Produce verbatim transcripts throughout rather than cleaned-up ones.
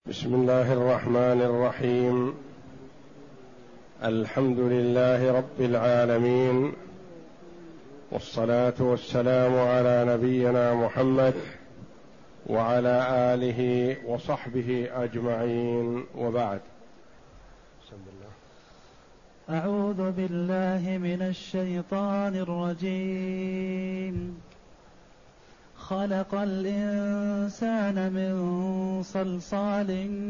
بسم الله الرحمن الرحيم. الحمد لله رب العالمين، والصلاة والسلام على نبينا محمد وعلى آله وصحبه أجمعين، وبعد. بسم الله. أعوذ بالله من الشيطان الرجيم. خلق الإنسان من صلصال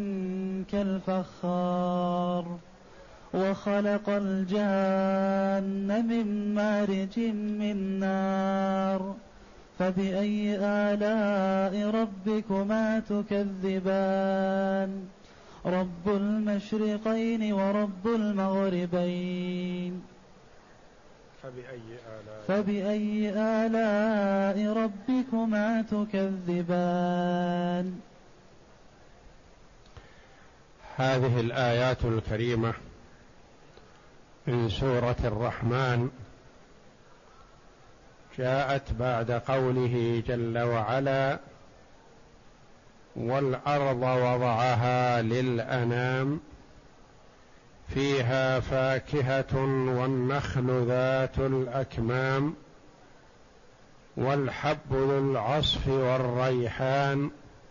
كالفخار وخلق الجان من مارج من نار فبأي آلاء ربكما تكذبان رب المشرقين ورب المغربين فبأي آلاء, فبأي آلاء ربكما تكذبان. هذه الآيات الكريمة من سورة الرحمن جاءت بعد قوله جل وعلا: والأرض وضعها للأنام فيها فاكهة والنخل ذات الأكمام والحب ذو العصف والريحان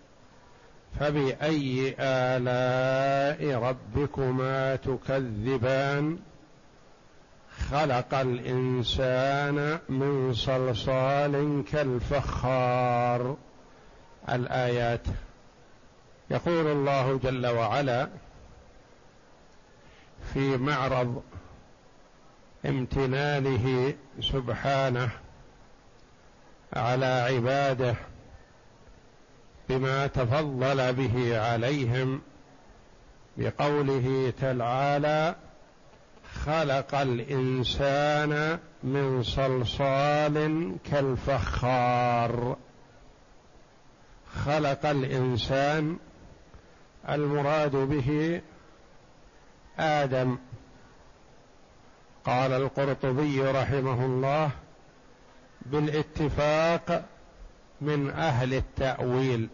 فبأي آلاء ربكما تكذبان خلق الإنسان من صلصال كالفخار. الآيات. يقول الله جل وعلا في معرض امتنانه سبحانه على عباده بما تفضل به عليهم بقوله تعالى: خلق الإنسان من صلصال كالفخار. خلق الإنسان المراد به آدم. قال القرطبي رحمه الله بالاتفاق من أهل التأويل،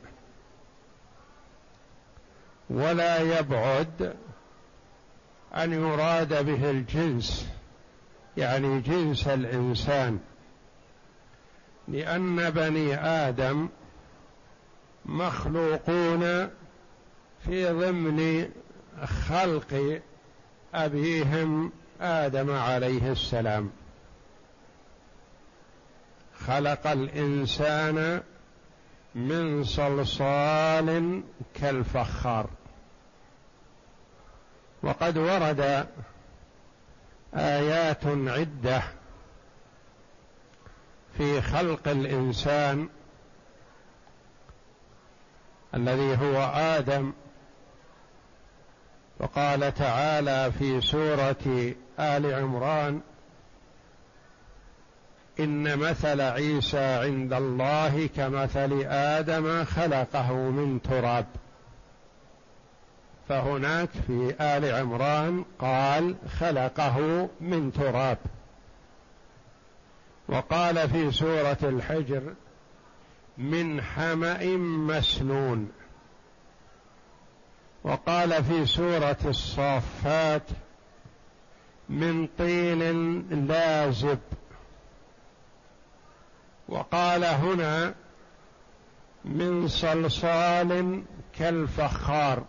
ولا يبعد أن يراد به الجنس، يعني جنس الإنسان، لأن بني آدم مخلوقون في ضمن خلق أبيهم آدم عليه السلام. خلق الإنسان من صلصال كالفخار. وقد ورد آيات عدة في خلق الإنسان الذي هو آدم. وقال تعالى في سورة آل عمران: إن مثل عيسى عند الله كمثل آدم خلقه من تراب. فهناك في آل عمران قال خلقه من تراب. وقال في سورة الحجر: من حمأ مسنون. وقال في سورة الصافات: من طين لازب. وقال هنا: من صلصال كالفخار.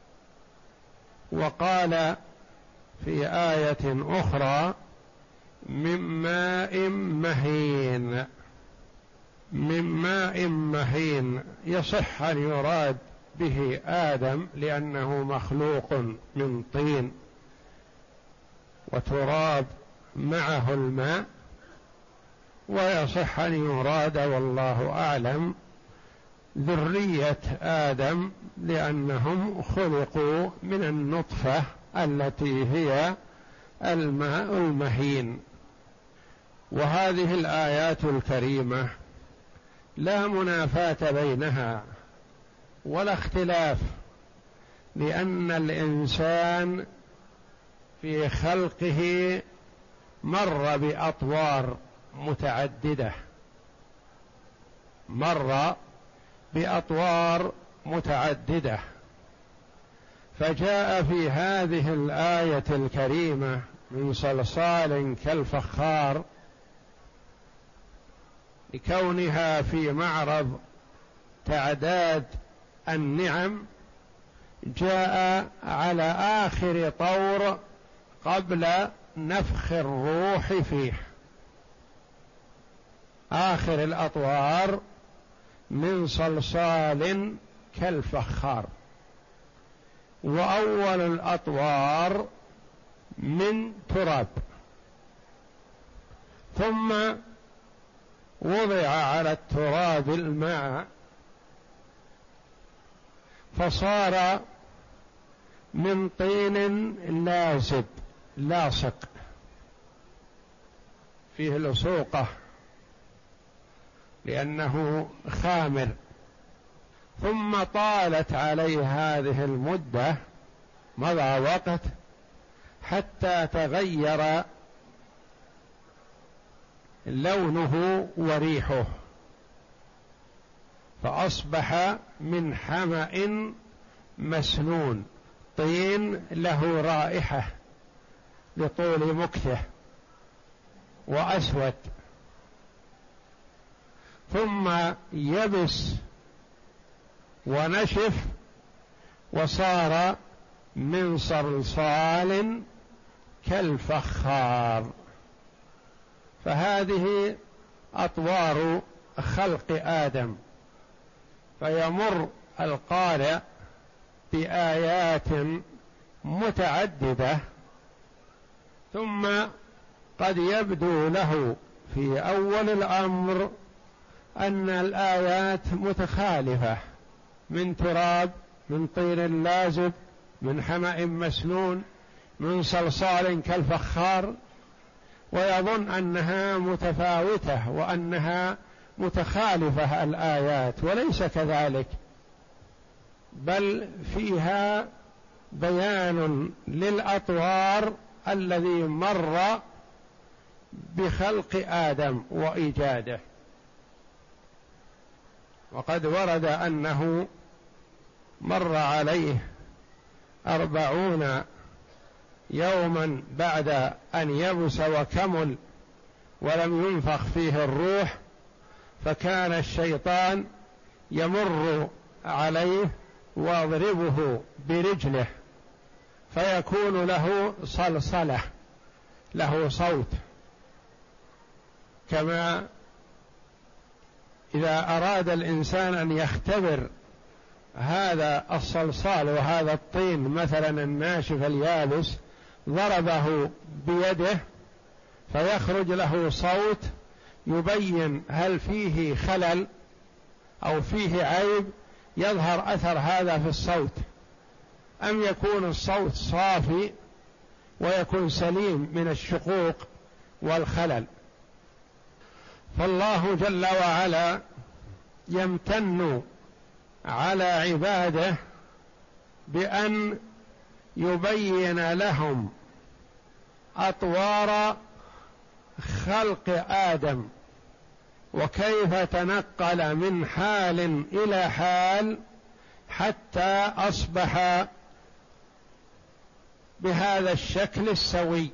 وقال في آية أخرى: من ماء مهين. من ماء مهين يصح أن يراد به آدم لأنه مخلوق من طين وتراب معه الماء، ويصح أن يراد والله أعلم ذرية آدم لأنهم خلقوا من النطفة التي هي الماء المهين. وهذه الآيات الكريمة لا منافاة بينها ولا اختلاف، لأن الإنسان في خلقه مر بأطوار متعددة، مر بأطوار متعددة. فجاء في هذه الآية الكريمة من صلصال كالفخار لكونها في معرض تعداد النعم، جاء على آخر طور قبل نفخ الروح فيه، آخر الأطوار من صلصال كالفخار، وأول الأطوار من تراب، ثم وضع على التراب الماء فصار من طين لازب لاصق فيه لصوقة لأنه خامر، ثم طالت عليه هذه المدة، مضى وقت حتى تغير لونه وريحه، فأصبح من حمأ مسنون، طين له رائحة لطول مكثه وأسود، ثم يبس ونشف وصار من صلصال كالفخار. فهذه أطوار خلق آدم، فيمر القارئ بآيات متعددة، ثم قد يبدو له في أول الأمر أن الآيات متخالفة، من تراب، من طين لازب، من حمأ مسنون، من صلصال كالفخار، ويظن أنها متفاوتة وأنها متخالفة الآيات، وليس كذلك، بل فيها بيان للأطوار الذي مر بخلق آدم وإيجاده. وقد ورد أنه مر عليه أربعون يوما بعد أن يبس وكمل ولم ينفخ فيه الروح، فكان الشيطان يمر عليه ويضربه برجله فيكون له صلصلة، له صوت، كما إذا أراد الإنسان أن يختبر هذا الصلصال وهذا الطين مثلا الناشف اليابس، ضربه بيده فيخرج له صوت يبين هل فيه خلل أو فيه عيب، يظهر أثر هذا في الصوت، أم يكون الصوت صافي ويكون سليم من الشقوق والخلل. فالله جل وعلا يمتن على عباده بأن يبين لهم أطوار خلق آدم، وكيف تنقل من حال إلى حال حتى أصبح بهذا الشكل السوي.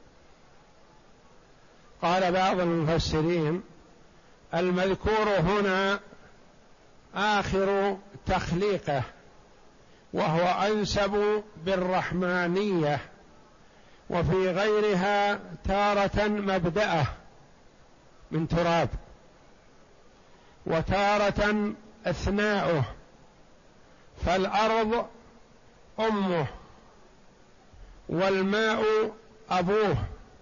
قال بعض المفسرين: المذكور هنا آخر تخليقه، وهو أنسب بالرحمانية، وفي غيرها تارة مبدأه من تراب، وتارة أثناؤه، فالأرض أمه والماء أبوه،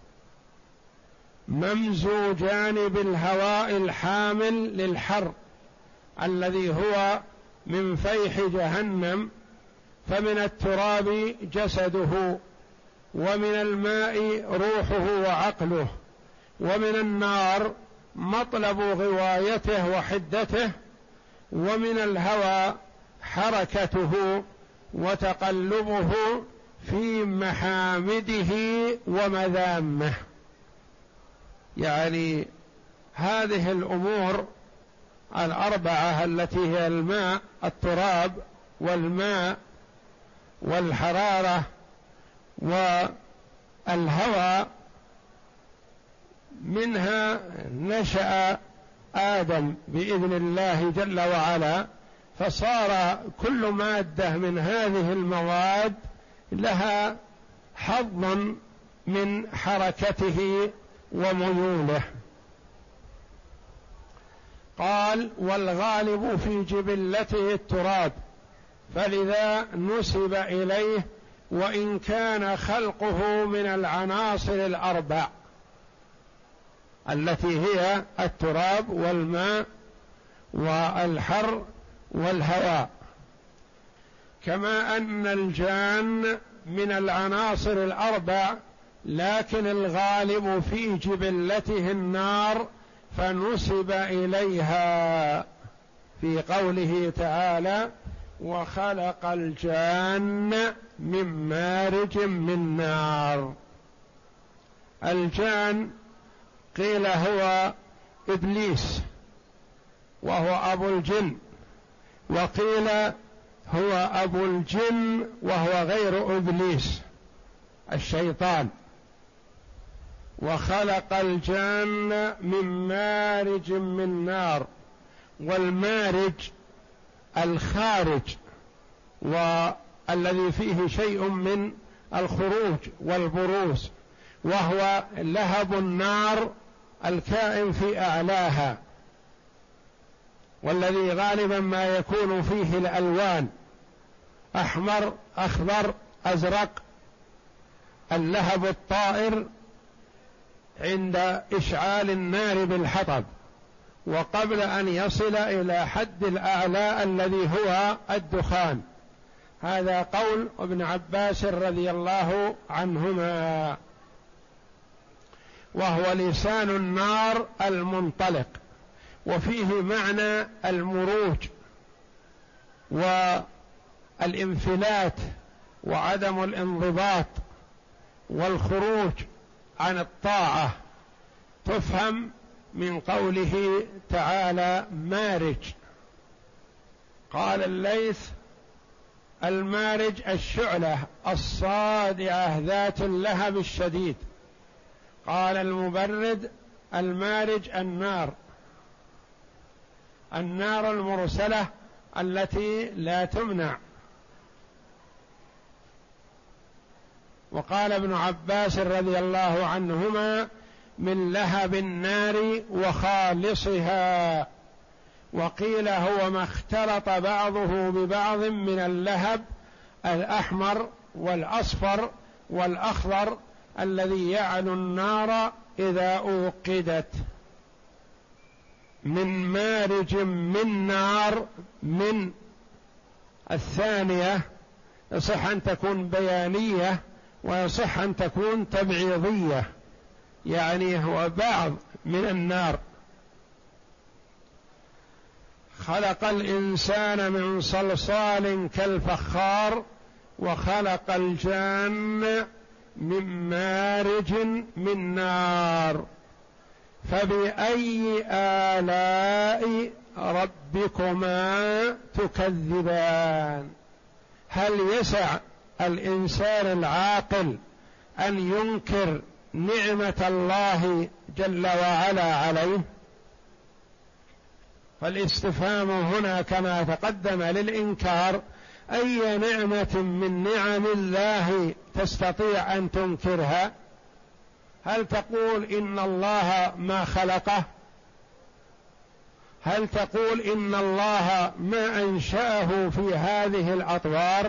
ممزوجان بالهواء الحامل للحر الذي هو من فيح جهنم، فمن التراب جسده، ومن الماء روحه وعقله، ومن النار مطلب غوايته وحدته، ومن الهوى حركته وتقلبه في محامده ومذامه. يعني هذه الأمور الأربعة التي هي الماء، التراب والماء والحرارة والهواء، منها نشأ آدم بإذن الله جل وعلا، فصار كل مادة من هذه المواد لها حظ من حركته وميوله. قال: والغالب في جبلته التراب، فلذا نسب إليه، وإن كان خلقه من العناصر الأربع التي هي التراب والماء والحر والهواء، كما أن الجان من العناصر الأربع، لكن الغالب في جبلته النار، فنسب إليها في قوله تعالى: وخلق الجان من مارج من نار. الجان قيل هو إبليس وهو أبو الجن، وقيل هو أبو الجن وهو غير إبليس الشيطان. وخلق الجان من مارج من نار، والمارج الخارج والذي فيه شيء من الخروج والبروز، وهو لهب النار الكائن في أعلاها، والذي غالبا ما يكون فيه الألوان: أحمر، أخضر، أزرق، اللهب الطائر عند إشعال النار بالحطب، وقبل أن يصل إلى حد الأعلى الذي هو الدخان. هذا قول ابن عباس رضي الله عنهما. وهو لسان النار المنطلق، وفيه معنى المروج والانفلات وعدم الانضباط والخروج عن الطاعة، تفهم من قوله تعالى مارج. قال الليث: المارج الشعلة الصادعة ذات اللهب الشديد. قال المبرد: المارج النار، النار المرسلة التي لا تمنع. وقال ابن عباس رضي الله عنهما: من لهب النار وخالصها. وقيل هو ما اختلط بعضه ببعض من اللهب الأحمر والأصفر والأخضر الذي يعلو النار إذا أوقدت. من مارج من نار، من الثانية يصح أن تكون بيانية ويصح أن تكون تبعيضية، يعني هو بعض من النار. خلق الإنسان من صلصال كالفخار، وخلق الجان من مارج من نار. فبأي آلاء ربكما تكذبان؟ هل يسع الإنسان العاقل أن ينكر نعمة الله جل وعلا عليه؟ فالاستفهام هنا كما تقدم للإنكار: أي نعمة من نعم الله تستطيع أن تنكرها؟ هل تقول إن الله ما خلقه؟ هل تقول إن الله ما أنشأه في هذه الأطوار؟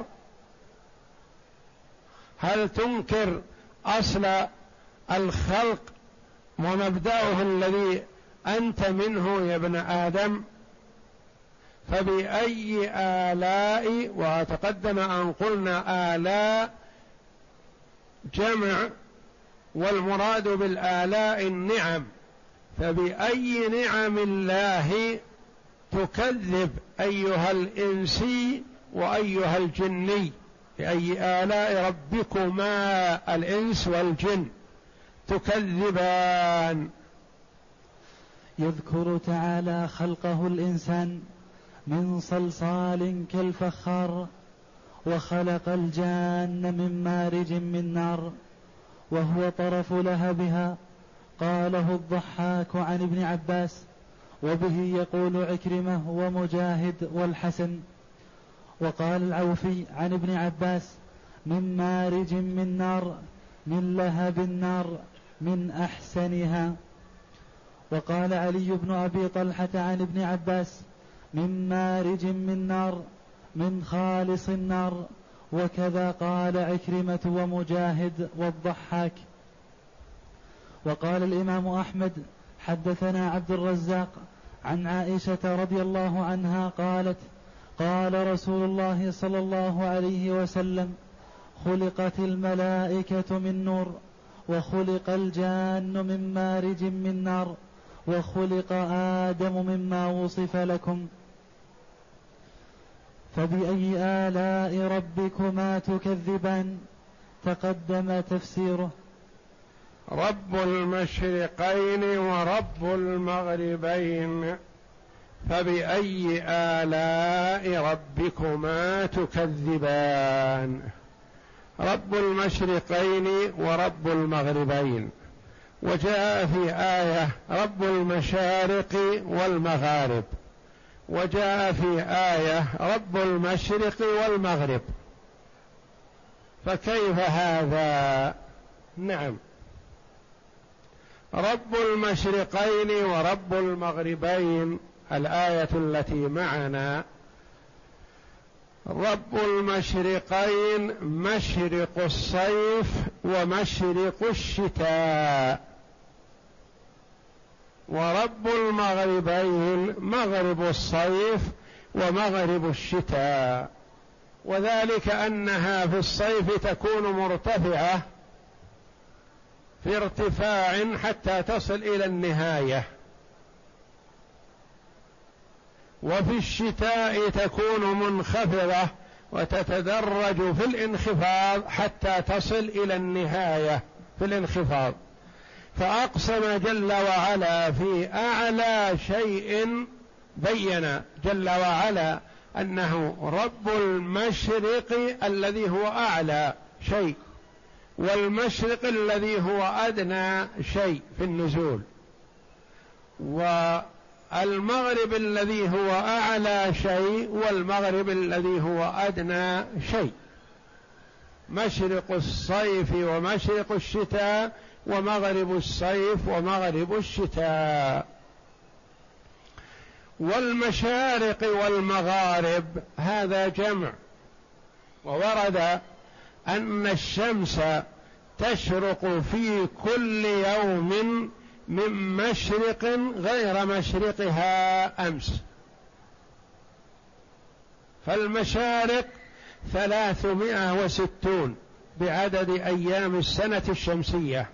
هل تنكر أصل الخلق ومبدأه الذي أنت منه يا ابن آدم؟ فبأي آلاء، وتقدم أن قلنا آلاء جمع، والمراد بالآلاء النعم. فبأي نعم الله تكذب أيها الإنسي وأيها الجني؟ بأي آلاء ربكما الإنس والجن تكذبان؟ يذكر تعالى خلقه الإنسان من صلصال كالفخار، وخلق الجان من مارج من نار وهو طرف لهبها. قاله الضحاك عن ابن عباس، وبه يقول عكرمة ومجاهد والحسن. وقال العوفي عن ابن عباس: من مارج من نار، من لهب النار، من أحسنها. وقال علي بن أبي طلحة عن ابن عباس: من مارج من نار، من خالص النار. وكذا قال عكرمة ومجاهد والضحاك. وقال الإمام أحمد: حدثنا عبد الرزاق عن عائشة رضي الله عنها قالت: قال رسول الله صلى الله عليه وسلم: خلقت الملائكة من نور، وخلق الجان من مارج من نار، وخلق آدم مما وصف لكم. فبأي آلاء ربكما تكذبان؟ تقدم تفسيره. رب المشرقين ورب المغربين، فبأي آلاء ربكما تكذبان. رب المشرقين ورب المغربين، وجاء في آية رب المشارق والمغارب، وجاء في آية رب المشرق والمغرب، فكيف هذا؟ نعم، رب المشرقين ورب المغربين الآية التي معنا، رب المشرقين مشرق الصيف ومشرق الشتاء، ورب المغربين مغرب الصيف ومغرب الشتاء، وذلك أنها في الصيف تكون مرتفعة في ارتفاع حتى تصل إلى النهاية، وفي الشتاء تكون منخفضة وتتدرج في الانخفاض حتى تصل إلى النهاية في الانخفاض. فأقسم جل وعلا في أعلى شيء، بين جل وعلا أنه رب المشرق الذي هو أعلى شيء، والمشرق الذي هو أدنى شيء في النزول، والمغرب الذي هو أعلى شيء، والمغرب الذي هو أدنى شيء، مشرق الصيف ومشرق الشتاء، ومغرب الصيف ومغرب الشتاء. والمشارق والمغارب هذا جمع، وورد أن الشمس تشرق في كل يوم من مشرق غير مشرقها أمس، فالمشارق ثلاثمائة وستون بعدد أيام السنة الشمسية،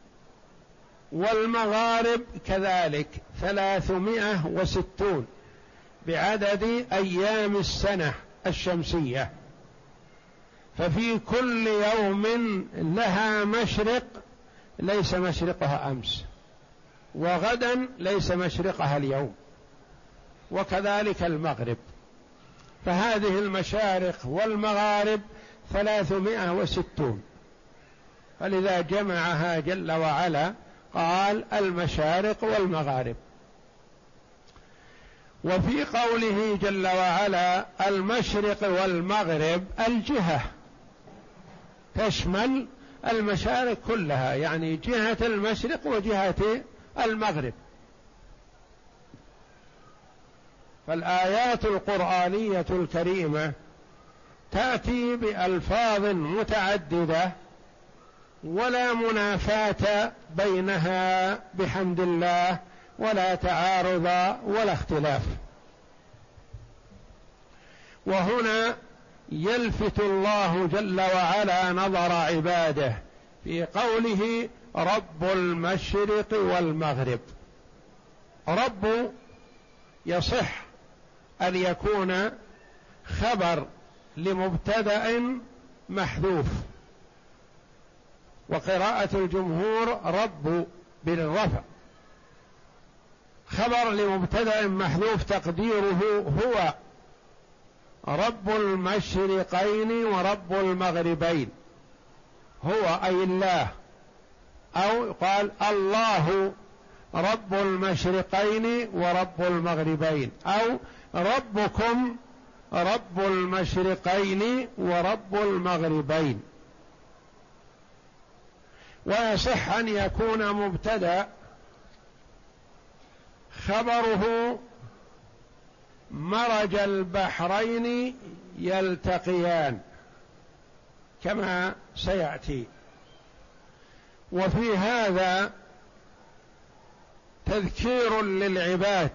والمغارب كذلك ثلاثمائة وستون بعدد أيام السنة الشمسية، ففي كل يوم لها مشرق ليس مشرقها أمس، وغدا ليس مشرقها اليوم، وكذلك المغرب. فهذه المشارق والمغارب ثلاثمائة وستون، فلذا جمعها جل وعلا قال المشارق والمغارب. وفي قوله جل وعلا المشرق والمغرب الجهة تشمل المشارق كلها، يعني جهة المشرق وجهة المغرب. فالآيات القرآنية الكريمة تأتي بألفاظ متعددة ولا منافاة بينها بحمد الله، ولا تعارض ولا اختلاف. وهنا يلفت الله جل وعلا نظر عباده في قوله رب المشرق والمغرب. رب يصح أن يكون خبر لمبتدأ محذوف، وقراءة الجمهور رب بالرفع، خبر لمبتدأ محذوف تقديره هو، رب المشرقين ورب المغربين، هو أي الله، أو قال الله رب المشرقين ورب المغربين، أو ربكم رب المشرقين ورب المغربين. ويصح أن يكون مبتدأ خبره مرج البحرين يلتقيان كما سيأتي. وفي هذا تذكير للعباد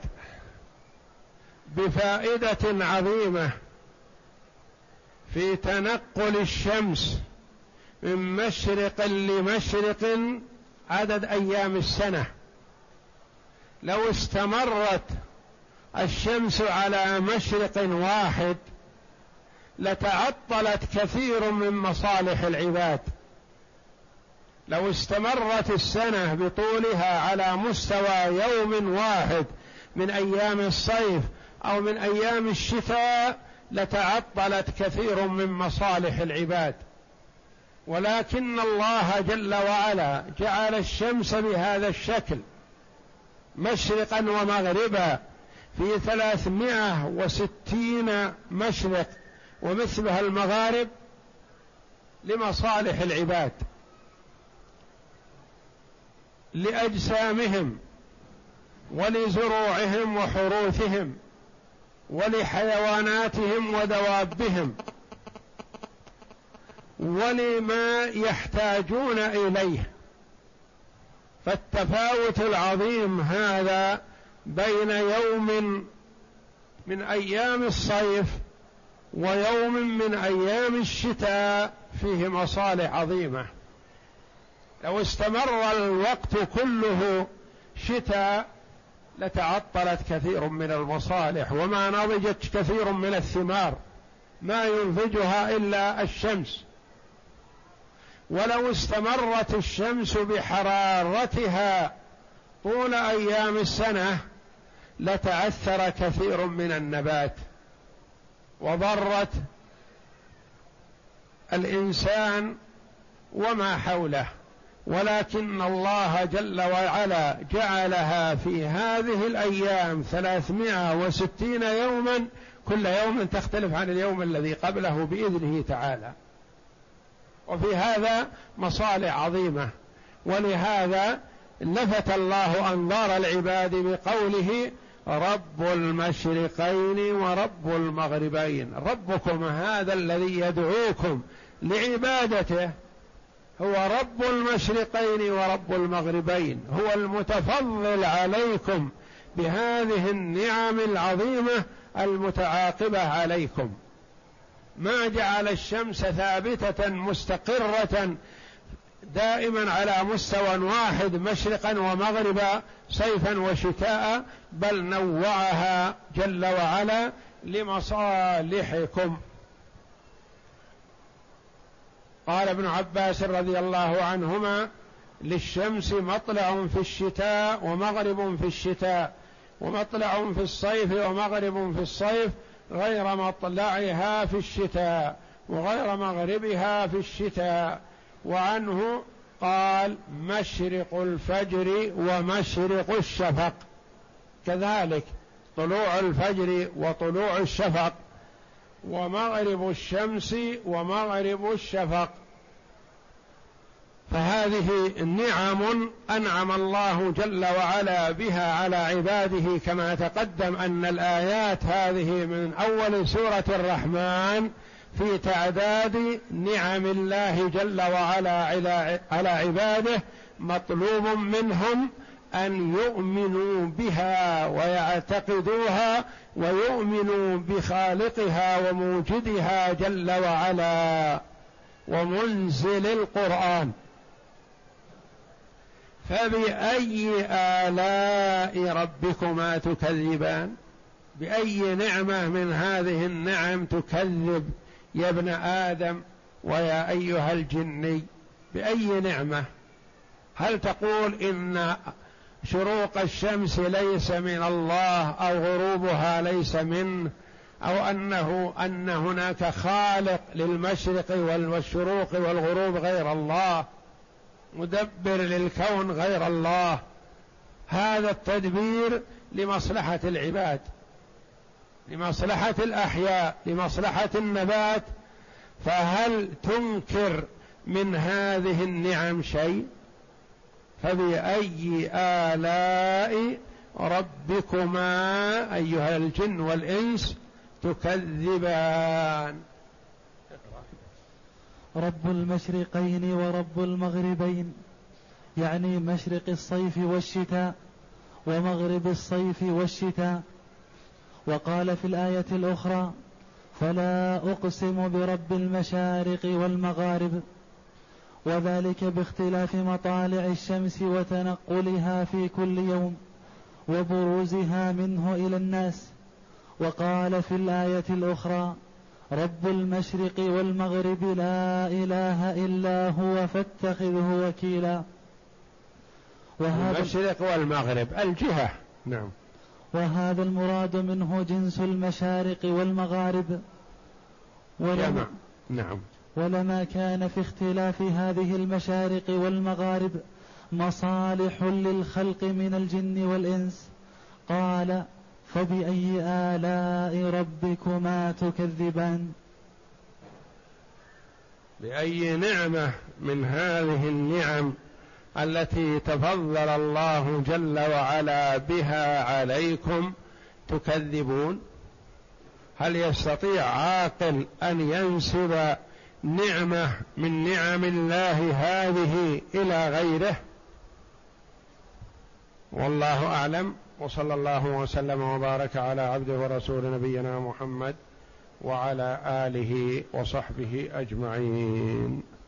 بفائدة عظيمة في تنقل الشمس من مشرق لمشرق عدد أيام السنة. لو استمرت الشمس على مشرق واحد لتعطلت كثير من مصالح العباد. لو استمرت السنة بطولها على مستوى يوم واحد من أيام الصيف أو من أيام الشتاء لتعطلت كثير من مصالح العباد، ولكن الله جل وعلا جعل الشمس بهذا الشكل مشرقا ومغربا في ثلاثمائة وستين مشرق ومثلها المغارب لمصالح العباد، لأجسامهم ولزروعهم وحروثهم ولحيواناتهم ودوابهم ولما يحتاجون إليه. فالتفاوت العظيم هذا بين يوم من أيام الصيف ويوم من أيام الشتاء فيه مصالح عظيمة. لو استمر الوقت كله شتاء لتعطلت كثير من المصالح وما نضجت كثير من الثمار ما ينضجها إلا الشمس. ولو استمرت الشمس بحرارتها طول أيام السنة لتعثر كثير من النبات وضرت الإنسان وما حوله، ولكن الله جل وعلا جعلها في هذه الأيام ثلاثمائة وستين يوما، كل يوم تختلف عن اليوم الذي قبله بإذنه تعالى. وفي هذا مصالح عظيمة، ولهذا لفت الله أنظار العباد بقوله رب المشرقين ورب المغربين. ربكم هذا الذي يدعوكم لعبادته هو رب المشرقين ورب المغربين، هو المتفضل عليكم بهذه النعم العظيمة المتعاقبة عليكم. ما جعل الشمس ثابتة مستقرة دائما على مستوى واحد مشرقا ومغربا صيفا وشتاء، بل نوعها جل وعلا لمصالحكم. قال ابن عباس رضي الله عنهما: للشمس مطلع في الشتاء ومغرب في الشتاء، ومطلع في الصيف ومغرب في الصيف، غير مطلعها في الشتاء وغير مغربها في الشتاء. وعنه قال: مشرق الفجر ومشرق الشفق، كذلك طلوع الفجر وطلوع الشفق، ومغرب الشمس ومغرب الشفق. فهذه نعم أنعم الله جل وعلا بها على عباده، كما تقدم أن الآيات هذه من أول سورة الرحمن في تعداد نعم الله جل وعلا على عباده، مطلوب منهم أن يؤمنوا بها ويعتقدوها ويؤمنوا بخالقها وموجدها جل وعلا ومنزل القرآن. فبأي آلاء ربكما تكذبان؟ بأي نعمة من هذه النعم تكذب يا ابن آدم ويا أيها الجني؟ بأي نعمة؟ هل تقول إن شروق الشمس ليس من الله أو غروبها ليس منه أو أنه أن هناك خالق للمشرق والشروق والغروب غير الله، مدبر للكون غير الله. هذا التدبير لمصلحة العباد، لمصلحة الأحياء، لمصلحة النبات، فهل تنكر من هذه النعم شيء؟ فبأي آلاء ربكما أيها الجن والإنس تكذبان؟ رب المشرقين ورب المغربين، يعني مشرق الصيف والشتاء ومغرب الصيف والشتاء. وقال في الآية الأخرى: فلا أقسم برب المشارق والمغارب، وذلك باختلاف مطالع الشمس وتنقلها في كل يوم وبروزها منه إلى الناس. وقال في الآية الأخرى: رب المشرق والمغرب لا إله إلا هو فاتخذه وكيلا. المشرق والمغرب الجهة، نعم. وهذا المراد منه جنس المشارق والمغارب. ولما, نعم. ولما كان في اختلاف هذه المشارق والمغارب مصالح للخلق من الجن والإنس، قال: فبأي آلاء ربكما تكذبان؟ بأي نعمة من هذه النعم التي تفضل الله جل وعلا بها عليكم تكذبون؟ هل يستطيع عاقل أن ينسب نعمة من نعم الله هذه إلى غيره؟ والله أعلم، وصلى الله وسلم وبارك على عبده ورسول نبينا محمد وعلى آله وصحبه أجمعين.